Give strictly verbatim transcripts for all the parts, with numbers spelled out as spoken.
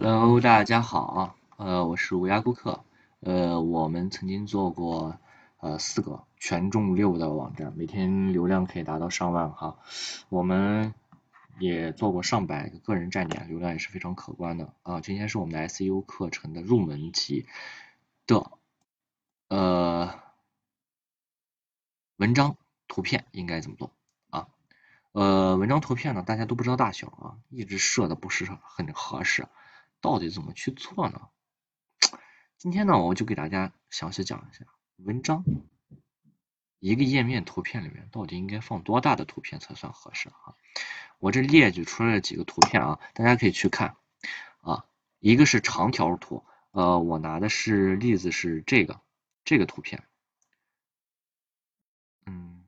Hello，大家好，呃，我是乌鸦顾客，呃，我们曾经做过呃四个权重六的网站，每天流量可以达到上万哈，我们也做过上百个个人站点，流量也是非常可观的啊。今天是我们的 S E O 课程的入门级的呃文章图片应该怎么做啊？呃，文章图片呢，大家都不知道大小啊，一直设的不是很合适，到底怎么去做呢？今天呢，我就给大家详细讲一下文章一个页面图片里面到底应该放多大的图片才算合适啊？我这列举出来了几个图片啊，大家可以去看啊。一个是长条图，呃，我拿的是例子是这个这个图片，嗯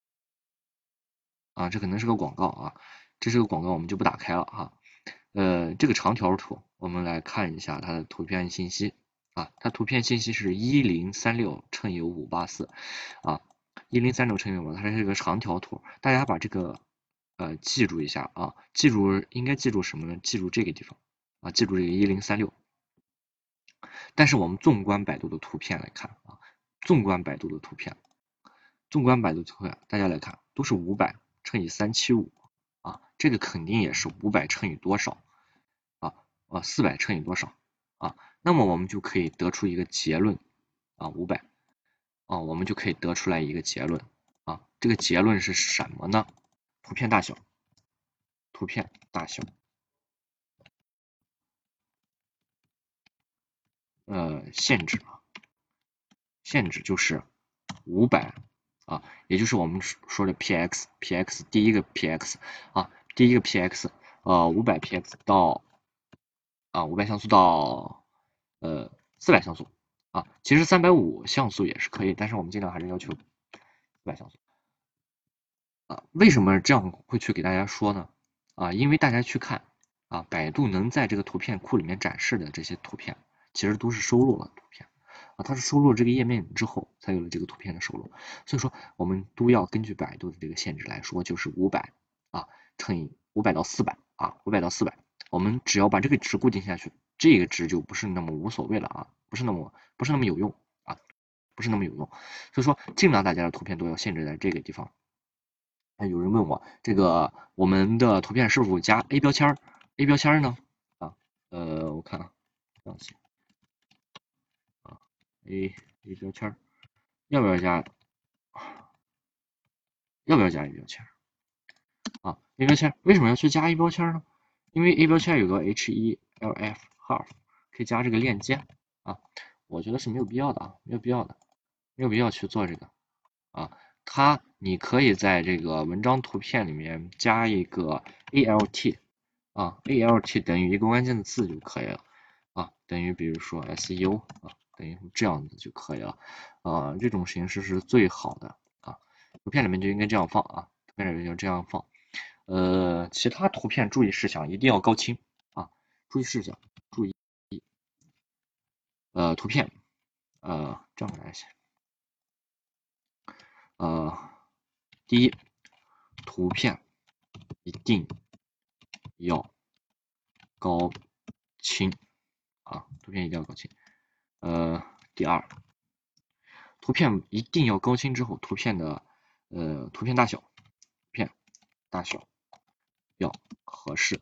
啊，这可能是个广告啊，这是个广告，我们就不打开了哈。呃，这个长条图，我们来看一下它的图片信息啊，它图片信息是一零三六乘以五八四啊，一零三六乘以五，它是一个长条图，大家把这个呃记住一下啊，记住应该记住什么呢？记住这个地方啊，记住这个一零三六。但是我们纵观百度的图片来看啊，纵观百度的图片，纵观百度图片，大家来看都是五百乘以三百七十五啊，这个肯定也是五百乘以多少啊？啊，四百乘以多少啊？那么我们就可以得出一个结论啊，五百啊，我们就可以得出来一个结论啊，这个结论是什么呢？图片大小，图片大小，呃，限制啊，限制就是五百啊，也就是我们说的 P X，P X 第一个 P X 啊，第一个 P X，呃，五百 P X 到啊五百像素到呃四百像素啊，其实三百五像素也是可以，但是我们尽量还是要求四百像素啊。为什么这样会去给大家说呢？啊，因为大家去看啊，百度能在这个图片库里面展示的这些图片，其实都是收录了图片啊，它是收录了这个页面之后才有了这个图片的收录，所以说我们都要根据百度的这个限制来说，就是五百啊乘以五百到四百啊，五百到四百，我们只要把这个值固定下去，这个值就不是那么无所谓了啊，不是那么不是那么有用啊，不是那么有用，所以说尽量大家的图片都要限制在这个地方。那有人问我，这个我们的图片是否加 A 标签？A 标签呢？啊，呃，我看啊，这样写啊，A A 标签要不要加？要不要加 A 标签啊？A 标签为什么要去加 A 标签呢？因为 A 标签有个 H E L F half 可以加这个链接啊，我觉得是没有必要的啊，没有必要的，没有必要去做这个啊。它你可以在这个文章图片里面加一个 A L T 啊 ，A L T 等于一个关键字就可以了啊，等于比如说 S E O 啊，等于这样子就可以了啊，这种形式是最好的啊，图片里面就应该这样放啊，图片里面就这样放。呃，其他图片注意事项一定要高清啊，注意事项，注意呃图片呃这样来写，呃第一图片一定要高清啊，图片一定要高清。呃，第二，图片一定要高清之后，图片的呃图片大小，图片大小要合适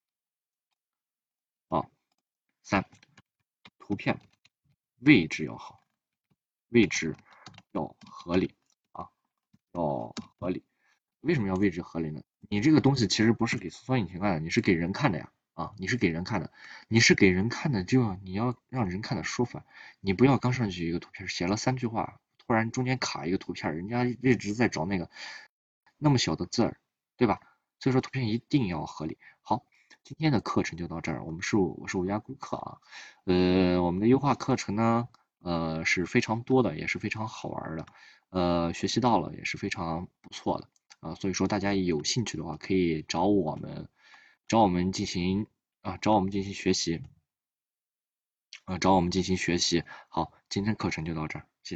啊。三，图片位置要好，位置要合理啊，要合理。为什么要位置合理呢？你这个东西其实不是给搜索引擎看的，你是给人看的呀。啊，你是给人看的，你是给人看的，就要你要让人看的舒服，你不要刚上去一个图片写了三句话，突然中间卡一个图片，人家一直在找那个那么小的字儿，对吧？所以说图片一定要合理。好，今天的课程就到这儿，我们是我是乌鸦顾客啊，呃，我们的优化课程呢，呃是非常多的，也是非常好玩的，呃，学习到了也是非常不错的。啊，所以说大家有兴趣的话，可以找我们，找我们进行啊，找我们进行学习，啊，找我们进行学习。好，今天课程就到这儿，谢谢。